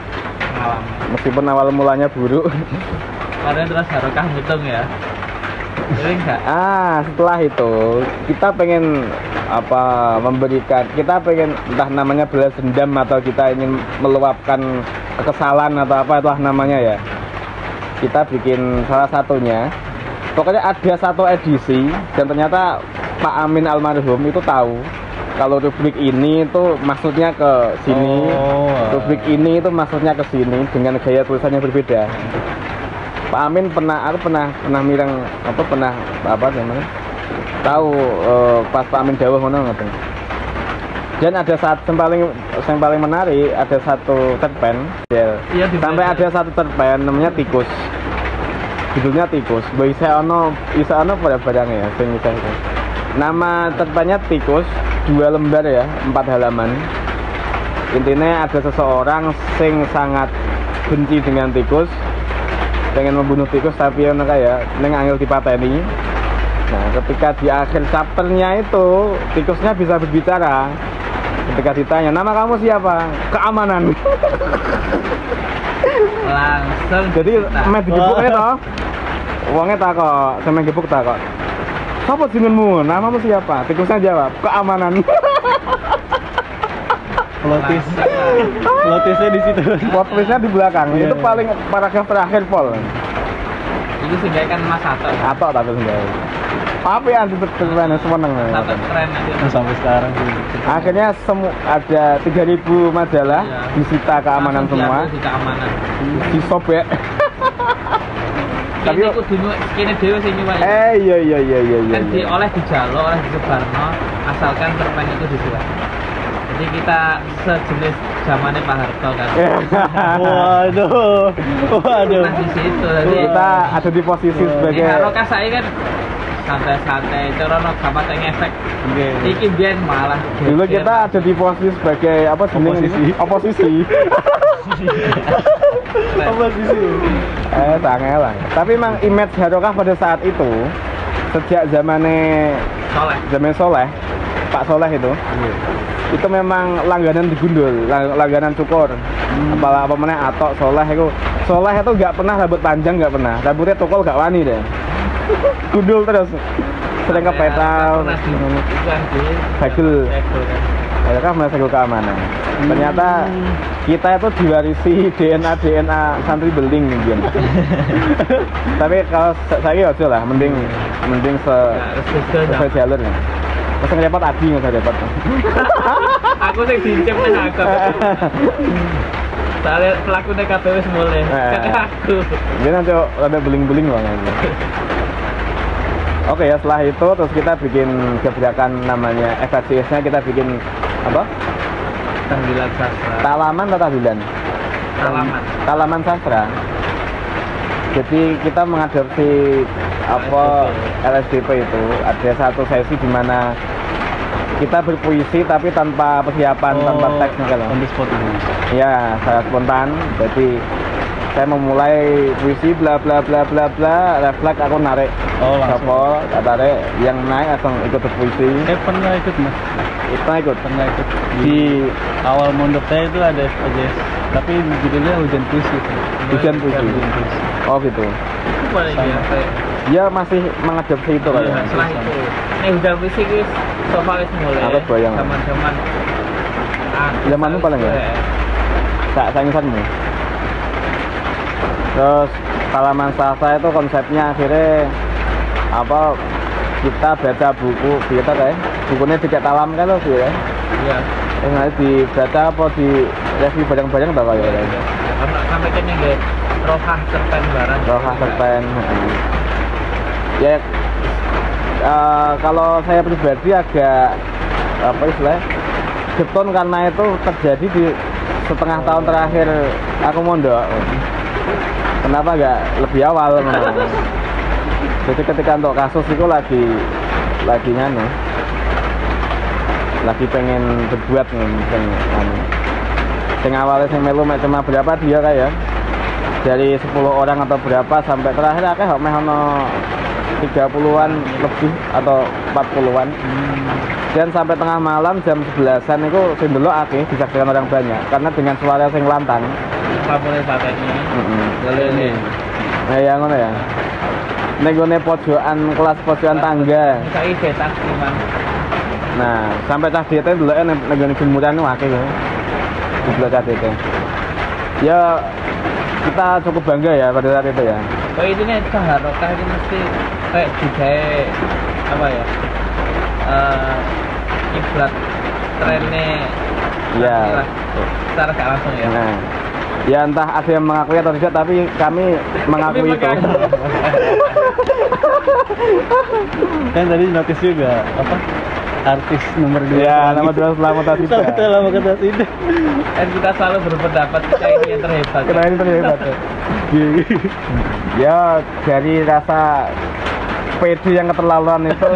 S4: Pengalaman.
S1: Meskipun awal mulanya buruk.
S4: Karena terus harokah mutung ya. Sering nggak?
S1: Ah, setelah itu kita pengen apa memberikan, kita pengen entah namanya balas dendam atau kita ingin meluapkan kekesalan atau apa itulah namanya ya. Kita bikin salah satunya. Pokoknya ada satu edisi dan ternyata Pak Amin almarhum itu tahu kalau rubrik ini itu maksudnya ke sini,
S2: Oh.
S1: rubrik ini itu maksudnya ke sini dengan gaya tulisannya berbeda. Pak Amin pernah, aku pernah pernah mireng apa pernah apa namanya tahu eh, pas Pak Amin dawuh ngono ngoten. Dan ada saat yang paling yang paling menarik ada satu cerpen ya,
S4: Iya, di
S1: sampai
S4: mana?
S1: ada satu cerpen namanya Tikus. Judulnya Tikus. Mbok isa ono isa ono pada barangnya ya sing isa itu. Nama cerpennya Tikus, dua lembar ya, empat halaman. Intinya ada seseorang sing sangat benci dengan tikus, pengen membunuh tikus tapi ono kayak ning angel dipateni. Nah, ketika di akhir chapternya itu tikusnya bisa berbicara. Ketika ditanya, "Nama kamu siapa?" "Keamanan."
S4: Langsung.
S1: Jadi
S4: Nah,
S1: meh digebuknya toh. Wongnya takok, sampe gebuk takok. "Sapa jenengmu? Namamu siapa?" Tikusnya jawab, "Keamanan."
S2: Plotis. Plotisnya di situ.
S1: Plot twistnya di belakang.
S2: Iya,
S1: Itu
S2: iya.
S1: paling paragraf terakhir Pol.
S4: itu sih kan Mas Sato.
S1: Atau tapi sendiri. Apa yang diteruskan seneng.
S4: Sato keren aja.
S2: Nah, sampai sekarang sih.
S1: Akhirnya semu ada tiga ribu majalah
S4: Iya.
S1: disita keamanan
S4: Langsung
S1: semua,
S4: diambil di keamanan.
S1: disobek.
S4: Tapi
S1: Tapi-
S4: aku kudu kene dhewe sing nyuwak.
S1: Eh iya iya iya iya iya.
S4: Kan di oleh dijalo, oleh disebarno asalkan cerpen itu disulat. Jadi kita sejenis zamannya Pak Harto kan.
S2: Waduh. Waduh.
S4: Nah di situ jadi
S1: Kita ada di posisi
S4: ini
S1: sebagai
S4: Haroka saya kan santai-santai, corono gampang ngefek.
S2: Oke.
S4: Iki biyen malah
S1: dulu
S4: geger.
S1: kita ada di posisi sebagai apa jeneng
S2: Oposisi.
S1: ini? Oposisi.
S2: Oposisi.
S1: Eh sange lah. Tapi emang image Harokah pada saat itu sejak zamannya
S4: soleh.
S1: zaman Soleh, Pak Soleh itu, itu memang langganan digundul, lang- langganan cukur. Apalah apa mana Atok Soleh itu, Soleh itu nggak pernah rambut panjang nggak pernah, rambutnya tukul nggak wani deh, gundul terus, sering kepetal,
S4: Pernah di itu kan di
S1: bagel.
S4: bagel kan.
S1: Harokah merasa keamanan. Ternyata kita itu diwarisi D N A D N A santri beling mungkin. Tapi kalau sa- saya aja lah, mending mending se
S4: Harus sesuai
S1: sesuai jalur ya. Masa repot adi nggak usah repot.
S4: Aku sing dincep nih aku. Soalnya pelaku K P W mulai.
S1: Eh.
S4: Kan aku.
S1: Dia nanti ada beling-beling banget. Oke ya, setelah itu terus kita bikin gebrakan namanya F H C S-nya kita bikin apa?
S4: Tahlilan sastra.
S1: Talaman atau tahlilan?
S4: Salaman.
S1: Talaman sastra. Jadi kita mengadopsi apa L S D P itu ada satu sesi di mana kita berpuisi tapi tanpa persiapan, tanpa teks kalau.
S2: On the spot itu.
S1: Ya, saya spontan. Jadi saya memulai puisi bla bla bla bla bla, refleks aku narik.
S2: Oh, langsung.
S1: Sopo, tak tarik, yang naik langsung ikut berpuisi.
S2: Eh pernah ikut mas?
S1: Itu ikut
S2: Pernah ikut di
S1: di
S2: awal mondok saya itu ada F J S, tapi judulnya hujan puisi.
S1: hujan puisi.
S2: Hujan puisi.
S1: Oh gitu.
S4: Itu boleh
S2: Sama.
S4: biasa.
S1: Dia masih mengadopsi itu kan.
S2: Iya.
S4: Setelah itu, ini udah puisi guys, sofa wis mulai.
S1: Aku bayang.
S4: Zaman-zaman. Ah,
S1: Zamanmu paling ya? Tak sainganmu. Terus Talaman Sastra itu konsepnya akhirnya apa? Kita baca buku, kita kayak bukunya tidak talam kan loh ya.
S4: Iya.
S1: Yang nanti dibaca apa di review bareng-bareng tak kayak ya.
S4: Karena sampai kene nggih rohah cerpen barang.
S1: Rohah cerpen. heeh. Ya eh, kalau saya pribadi agak apa istilahnya getun karena itu terjadi di setengah tahun terakhir aku mondok. Kenapa nggak lebih awal? memang? Jadi ketika untuk kasus itu lagi lagi nganu, lagi pengen berbuat nih, pengen nganu. Sing awalnya sing melu mek cuma berapa dia kayak dari sepuluh orang atau berapa sampai terakhir akeh kok meh ono tiga puluhan lebih atau empat puluhan. Dan sampai tengah malam jam sebelasan itu sing delok akeh disaksikan orang banyak karena dengan suara sing lantang.
S4: Apa boleh pateni.
S1: Heeh.
S4: Lalu ini.
S1: Nah, ya ngono ya. nenggone pojokan kelas pojokan tangga.
S4: Saiki cetak gimana?
S1: Nah, sampai cah D T dulu kan nenggone jemuran wakil ya. Di sebelah cah D T. Ya kita cukup bangga ya pada saat itu ya.
S4: Oh itu nih Saharokah itu mesti kayak budaya apa ya? Eh iblat trennya.
S1: Iya.
S4: Secara gak langsung ya.
S1: Nah, ya entah ada yang mengakui atau tidak, tapi kami mengakui itu.
S2: Kan tadi notice juga apa artis nomor dua.
S1: Ya, nama dua selamat atas itu.
S2: Selamat atas itu.
S4: Dan kita selalu berpendapat kita ini yang terhebat.
S1: Kita ini terhebat. Ya, dari rasa P D yang keterlaluan itu.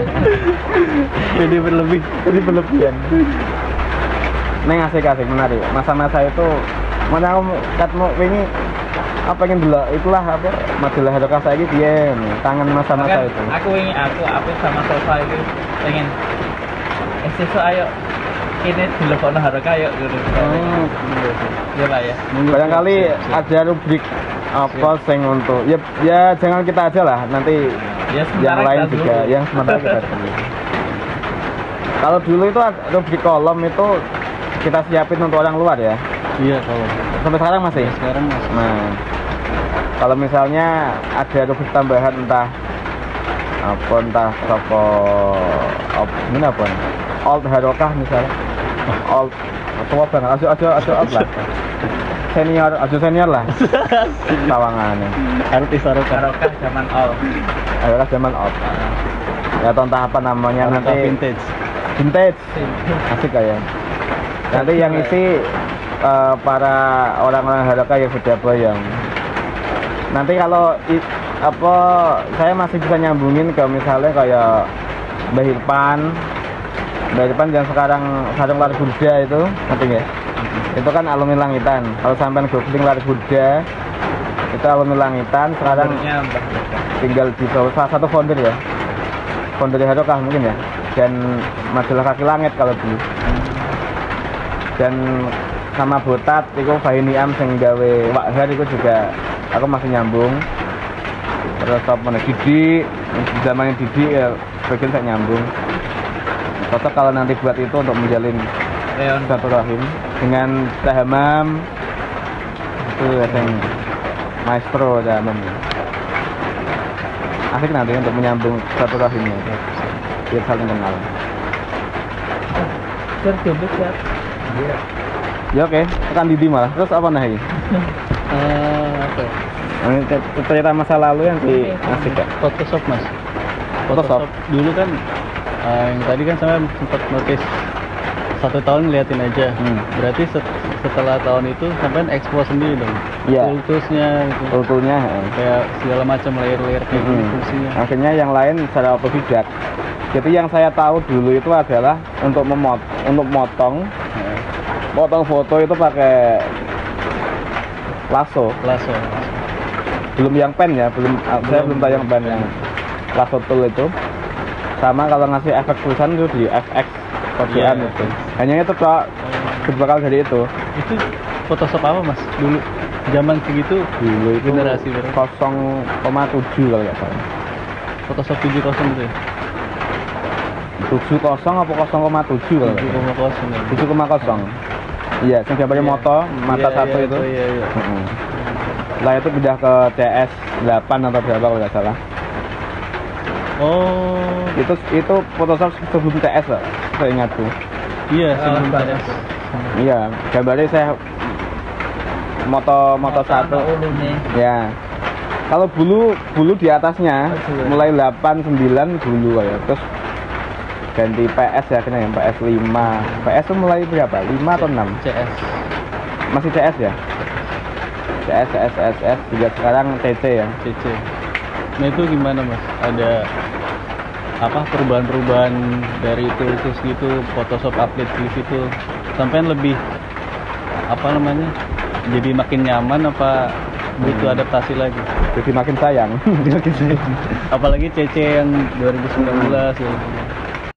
S2: P D berlebih,
S1: Jadi berlebihan. Neng asik-asik menarik. Masa-masa itu mana aku katmu ini apa pengen dulu itulah apa majalah Haruka saiki piye tangan masa-masa itu.
S4: Aku ingin aku aku sama Sofa itu pengen eh sesuk ayo ini dilebokno Haruka yuk gitu.
S1: Hmm.
S4: Ya Pak ya.
S1: Barangkali ada rubrik apa sing untuk ya ya jangan kita aja lah nanti
S4: Ya,
S1: yang
S4: sementara
S1: lain
S4: kita
S1: juga
S4: dulu.
S1: yang sementara kita dulu. Kalau dulu itu ada rubrik kolom itu kita siapin untuk orang luar ya.
S2: Iya kalau
S1: Sampai sekarang masih.
S2: sekarang masih.
S1: Nah, kalau misalnya ada rubrik tambahan entah apa entah toko apa ini apa old Harokah misalnya old tua banget aja aja aja old lah senior aja senior lah tawangannya
S2: Artis Haruka.
S4: Haruka zaman all.
S1: Harokah zaman old ya atau entah apa namanya
S2: Haruka
S1: nanti
S2: vintage.
S1: vintage asik kayak nanti yang isi eh, para orang-orang Haruka yang sudah boyong. Nanti kalau i- apa saya masih bisa nyambungin ke misalnya kayak Mbah Irfan, Mbah Irfan yang sekarang Sarung Lari Burda itu, ngerti nggak? Itu kan alumni Langitan. Kalau sampean googling Lari Burda, itu alumni Langitan. Sekarang
S4: Sebenarnya Mbak.
S1: tinggal di Solo, salah satu founder ya, founder Haruka mungkin ya, dan majalah Kaki Langit kalau dulu. Dan sama Botat, itu Fahini Am sing gawe Wakhar itu juga aku masih nyambung. Terus apa mana Didi, zamannya Didi ya bagian saya nyambung. Cocok kalau nanti buat itu untuk menjalin
S4: Leon.
S1: silaturahim dengan Tahamam itu yang maestro Tahamam. Asik nanti untuk menyambung silaturahimnya biar saling kenal.
S4: Sir jomblo siap.
S1: Ya oke, tekan Didi malah. Terus apa nih?
S2: Eh, apa ya?
S1: Ini cer- cerita masa lalu yang di asik ya.
S2: Photoshop mas.
S1: Photoshop.
S2: Dulu kan eh, yang tadi kan saya sempat notice satu tahun ngeliatin aja.
S1: Hmm.
S2: Berarti set- setelah tahun itu sampai ekspos sendiri dong.
S1: Iya.
S2: Kultusnya gitu.
S1: Kulturnya heeh.
S2: Kayak segala macam layer-layer kayak gini
S1: Mhm.
S2: fungsinya.
S1: Akhirnya yang lain secara otodidak. Jadi yang saya tahu dulu itu adalah untuk memot untuk motong
S2: Heeh.
S1: potong foto itu pakai lasso.
S2: Lasso.
S1: Belum yang pen ya, belum saya belum tahu yang pen yang lasso tool itu. Sama kalau ngasih efek tulisan itu di F X kodean
S2: Iya.
S1: itu. Hanya itu Pak. Berbakal dari itu.
S2: Itu Photoshop apa mas? Dulu zaman segitu
S1: Dulu itu
S2: Generasi berapa?
S1: nol koma tujuh kalau nggak salah.
S2: Photoshop tujuh puluh itu ya?
S1: tujuh puluh apa nol koma tujuh kalau nggak salah.
S2: tujuh koma nol.
S1: tujuh koma nol. Iya, yang gambarnya
S2: Iya.
S1: moto, mata
S2: Iya,
S1: satu
S2: iya,
S1: itu.
S2: Iya, iya.
S1: Heeh. Lah itu pindah ke C S delapan atau berapa kalau nggak salah.
S2: Oh,
S1: Itu itu Photoshop sebelum C S lah, saya ingatku.
S2: iya
S4: Oh,
S2: sebelum
S4: banyak.
S2: T S.
S1: Iya, gambarnya saya moto moto satu.
S4: ulu nih.
S1: Ya. Kalau bulu bulu di atasnya
S4: Oh, bulu.
S1: mulai delapan sembilan bulu kayak. Terus ganti P S ya kena yang P S lima. P S itu mulai berapa? lima atau enam?
S2: C S.
S1: Masih C S ya? C S, C S, C S, C S, juga sekarang C C ya.
S2: C C. Nah itu gimana mas? Ada apa perubahan-perubahan dari tools gitu, Photoshop update di situ, sampai lebih apa namanya? Jadi makin nyaman apa butuh
S1: Hmm.
S2: adaptasi lagi?
S1: Jadi makin sayang. Makin sayang.
S2: Apalagi C C yang dua ribu sembilan belas ya.